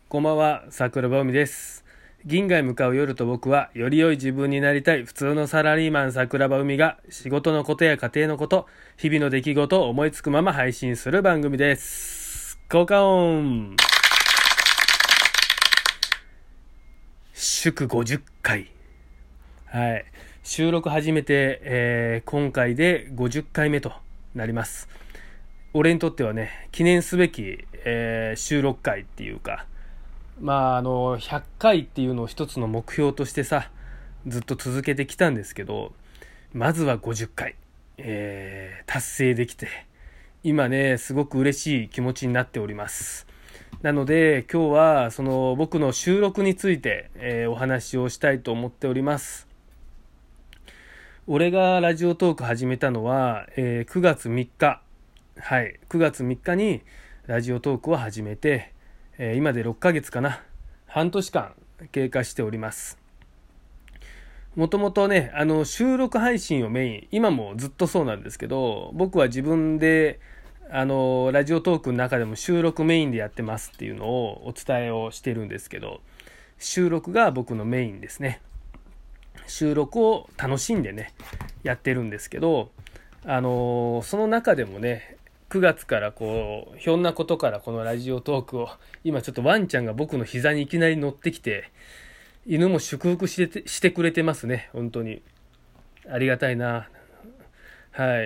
こんばんは、桜庭海です。銀河へ向かう夜と僕は、より良い自分になりたい普通のサラリーマン桜庭海が、仕事のことや家庭のこと、日々の出来事を思いつくまま配信する番組です。効果音。祝50回。はい。収録始めて、今回で50回目となります。俺にとってはね、記念すべき、収録回っていうか、100回っていうのを一つの目標としてさ、ずっと続けてきたんですけど、まずは50回、達成できて、今ね、すごく嬉しい気持ちになっております。なので、今日はその僕の収録について、お話をしたいと思っております。俺がラジオトーク始めたのは、9月3日。はい、9月3日にラジオトークを始めて、今で6ヶ月かな、半年間経過しております。もともとね、収録配信をメイン、今もずっとそうなんですけど、僕は自分でラジオトークの中でも収録メインでやってますっていうのをお伝えをしてるんですけど、収録が僕のメインですね。収録を楽しんでねやってるんですけど、その中でもね、9月からひょんなことからこのラジオトークを、今ちょっとワンちゃんが僕の膝にいきなり乗ってきて、犬も祝福してくれてますね。本当にありがたいな。はい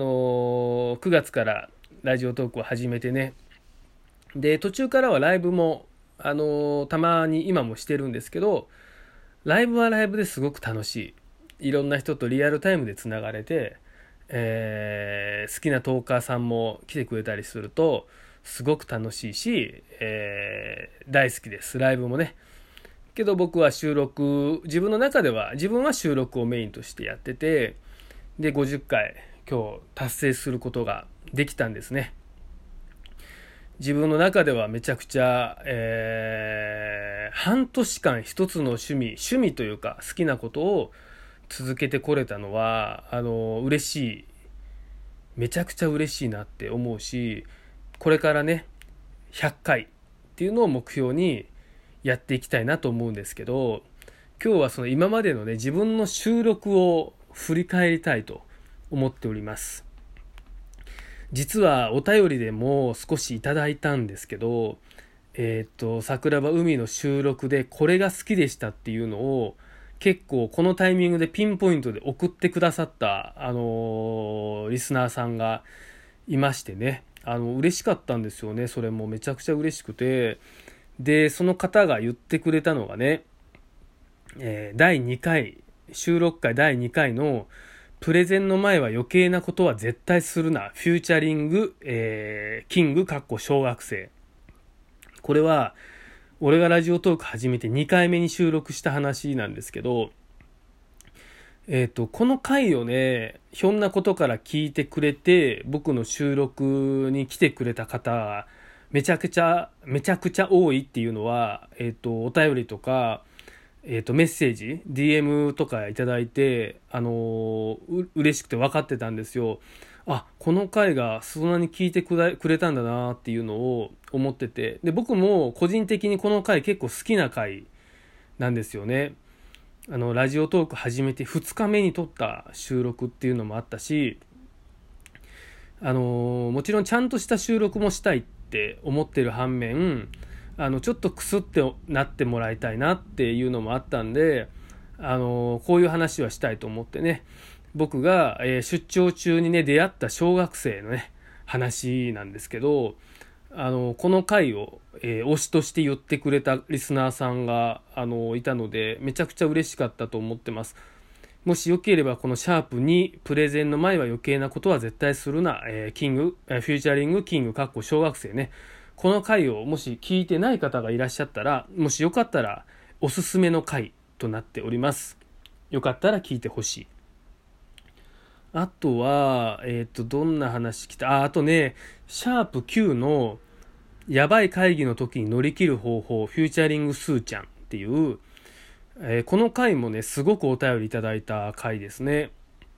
。9月からラジオトークを始めてね、で途中からはライブもたまに今もしてるんですけど、ライブはライブですごく楽しい。いろんな人とリアルタイムでつながれて、好きなトーカーさんも来てくれたりするとすごく楽しいし、大好きです。ライブもね。けど僕は収録、自分の中では自分は収録をメインとしてやってて、で50回今日達成することができたんですね。自分の中ではめちゃくちゃ、半年間一つの趣味というか好きなことを続けてこれたのは嬉しい、めちゃくちゃ嬉しいなって思うし、これからね100回っていうのを目標にやっていきたいなと思うんですけど、今日はその今までのね自分の収録を振り返りたいと思っております。実はお便りでも少しいただいたんですけど、桜庭海の収録でこれが好きでしたっていうのを結構このタイミングでピンポイントで送ってくださった、リスナーさんがいましてね、嬉しかったんですよね。それもめちゃくちゃ嬉しくて、でその方が言ってくれたのがね、第2回収録回第2回のプレゼンの前は余計なことは絶対するなフューチャリング、キング小学生。これは俺がラジオトーク始めて2回目に収録した話なんですけど、この回をねひょんなことから聞いてくれて僕の収録に来てくれた方がめちゃくちゃ多いっていうのは、お便りとか、メッセージ DM とかいただいて、嬉しくて分かってたんですよ。あ、この回がそんなに聞いてくれたんだなっていうのを思ってて、で僕も個人的にこの回結構好きな回なんですよね。ラジオトーク始めて2日目に撮った収録っていうのもあったし、もちろんちゃんとした収録もしたいって思ってる反面、ちょっとクスってなってもらいたいなっていうのもあったんで、こういう話はしたいと思ってね、僕が、出張中にね出会った小学生のね話なんですけど、この回を、推しとして言ってくれたリスナーさんがいたのでめちゃくちゃ嬉しかったと思ってます。もしよければこのシャープにプレゼンの前は余計なことは絶対するな、キング、フューチャリングキング小学生ね、この回をもし聞いてない方がいらっしゃったら、もしよかったらおすすめの回となっております。よかったら聞いてほしい。あとはどんな話来た、あとねシャープ9のやばい会議の時に乗り切る方法フューチャリングスーちゃんっていう、この回もねすごくお便りいただいた回ですね。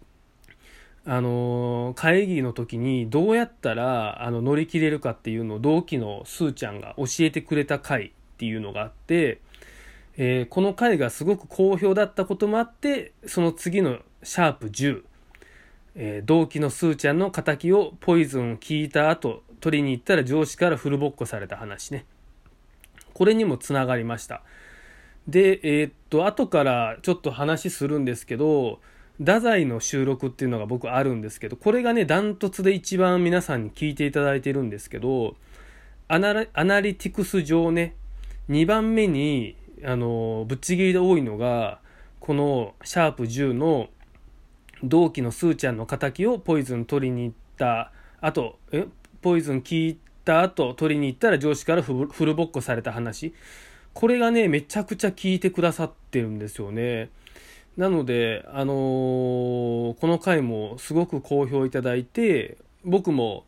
会議の時にどうやったら乗り切れるかっていうのを同期のスーちゃんが教えてくれた回っていうのがあって、この回がすごく好評だったこともあって、その次のシャープ10、同期のスーちゃんの仇をポイズン効いた後取りに行ったら上司からフルボッコされた話ね。これにもつながりました。で、後からちょっと話するんですけど、太宰の収録っていうのが僕あるんですけど、これがね、ダントツで一番皆さんに聞いていただいてるんですけど、アナリティクス上ね、2番目に、ぶっちぎりで多いのが、このシャープ10の同期のスーちゃんの仇をポイズン取りに行った後、ポイズン聞いた後取りに行ったら上司からフルボッコされた話。これがね、めちゃくちゃ聞いてくださってるんですよね。なので、この回もすごく好評いただいて、僕も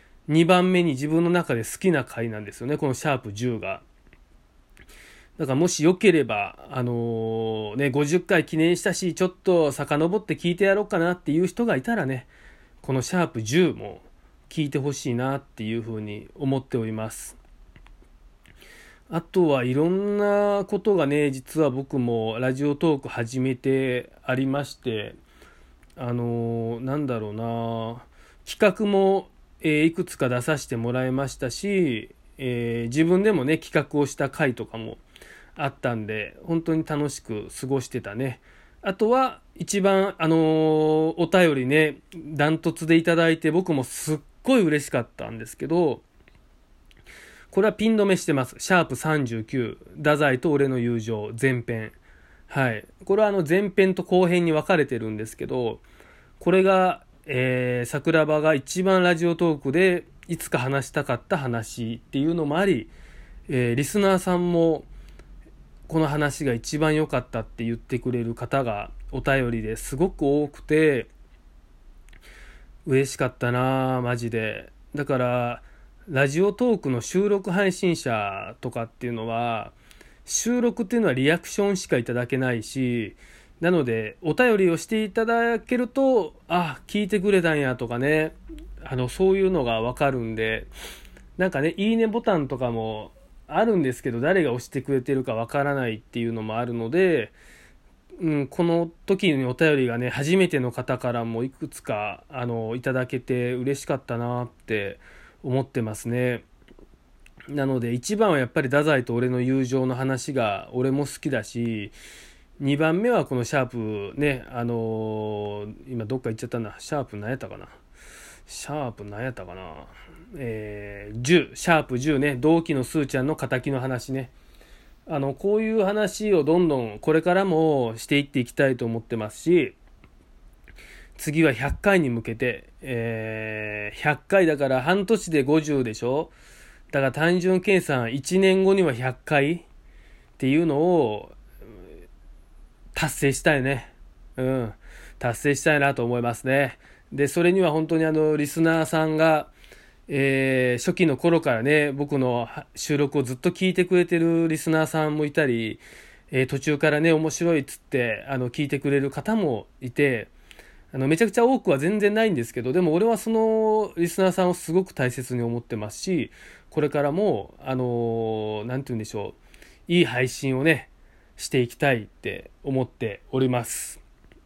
2番目に自分の中で好きな回なんですよね、このシャープ10が。だからもしよければ、50回記念したし、ちょっと遡って聞いてやろうかなっていう人がいたらね、このシャープ10も聞いてほしいなっていうふうに思っております。あとはいろんなことがね、実は僕もラジオトーク始めてありまして、なんだろうな、企画も、いくつか出させてもらいましたし、自分でもね、企画をした回とかもあったんで、本当に楽しく過ごしてたね。あとは一番お便りね、ダントツでいただいて僕もすっごい嬉しかったんですけど、これはピン止めしてます。シャープ39、太宰と俺の友情前編。はい。これは前編と後編に分かれてるんですけど、これが、桜庭が一番ラジオトークでいつか話したかった話っていうのもあり、リスナーさんもこの話が一番良かったって言ってくれる方がお便りですごく多くて、嬉しかったなマジで。だからラジオトークの収録配信者とかっていうのは、収録っていうのはリアクションしかいただけないし、なのでお便りをしていただけると、あ、聞いてくれたんやとかね、そういうのがわかるんで、なんかね、いいねボタンとかもあるんですけど、誰が押してくれてるかわからないっていうのもあるので、この時にお便りがね、初めての方からもいくつかいただけて嬉しかったなって思ってますね。なので一番はやっぱり太宰と俺の友情の話が俺も好きだし、2番目はこのシャープね、今どっか行っちゃったな。シャープ何やったかな、10シャープ10ね、同期のスーちゃんの仇の話ね。こういう話をどんどんこれからもしていっていきたいと思ってますし、次は100回に向けて、100回だから半年で50でしょ。だから単純計算1年後には100回っていうのを達成したいね。達成したいなと思いますね。で、それには本当にリスナーさんが、初期の頃からね、僕の収録をずっと聞いてくれてるリスナーさんもいたり、途中からね、面白いっつって聞いてくれる方もいて、めちゃくちゃ多くは全然ないんですけど、でも俺はそのリスナーさんをすごく大切に思ってますし、これからもなんて言うんでしょう、いい配信をねしていきたいって思っております。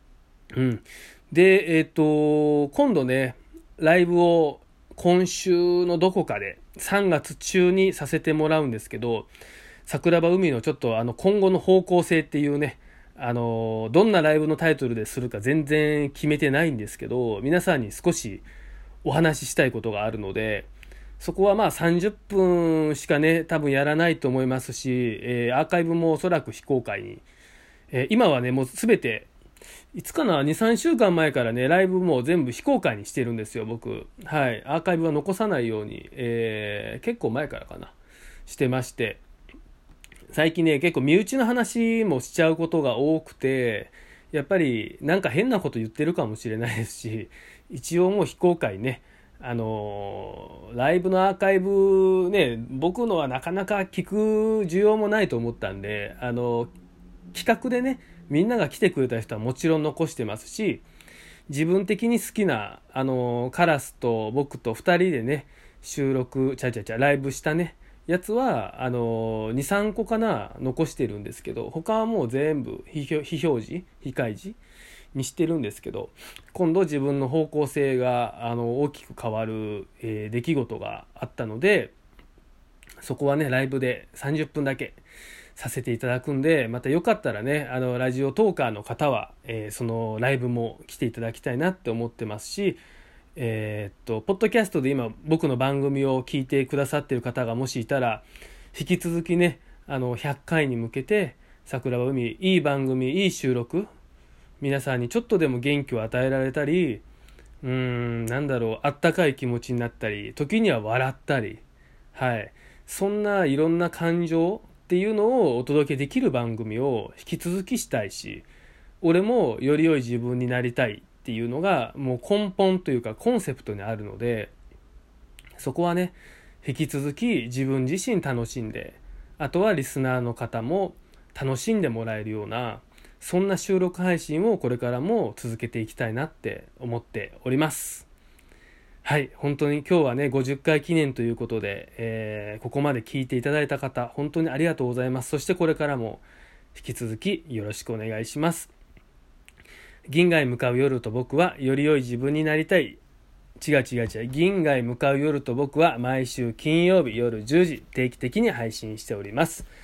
で、今度ね、ライブを今週のどこかで3月中にさせてもらうんですけど、桜庭海のちょっと今後の方向性っていうね、どんなライブのタイトルでするか全然決めてないんですけど、皆さんに少しお話ししたいことがあるので、そこはまあ30分しかね多分やらないと思いますし、アーカイブもおそらく非公開に、今はねもう全ていつかな 2,3 週間前からねライブも全部非公開にしてるんですよ僕。はい、アーカイブは残さないように、結構前からかなしてまして、最近ね結構身内の話もしちゃうことが多くて、やっぱりなんか変なこと言ってるかもしれないですし、一応もう非公開ね、ライブのアーカイブね、僕のはなかなか聞く需要もないと思ったんで、企画でねみんなが来てくれた人はもちろん残してますし、自分的に好きなカラスと僕と2人でね収録ライブしたねやつは2、3個かな残してるんですけど、他はもう全部非表示非開示にしてるんですけど、今度自分の方向性が大きく変わる、出来事があったので、そこはねライブで30分だけさせていただくんで、またよかったらねラジオトーカーの方は、そのライブも来ていただきたいなって思ってますし、ポッドキャストで今僕の番組を聞いてくださっている方がもしいたら、引き続きね100回に向けて桜庭海、いい番組いい収録、皆さんにちょっとでも元気を与えられたり、あったかい気持ちになったり、時には笑ったり、そんないろんな感情っていうのをお届けできる番組を引き続きしたいし、俺もより良い自分になりたいっていうのがもう根本というかコンセプトにあるので、そこはね引き続き自分自身楽しんで、あとはリスナーの方も楽しんでもらえるような、そんな収録配信をこれからも続けていきたいなって思っております。本当に今日はね50回記念ということで、ここまで聞いていただいた方本当にありがとうございます。そしてこれからも引き続きよろしくお願いします。銀河へ向かう夜と僕はより良い自分になりたい。違う。銀河へ向かう夜と僕は毎週金曜日夜10時定期的に配信しております。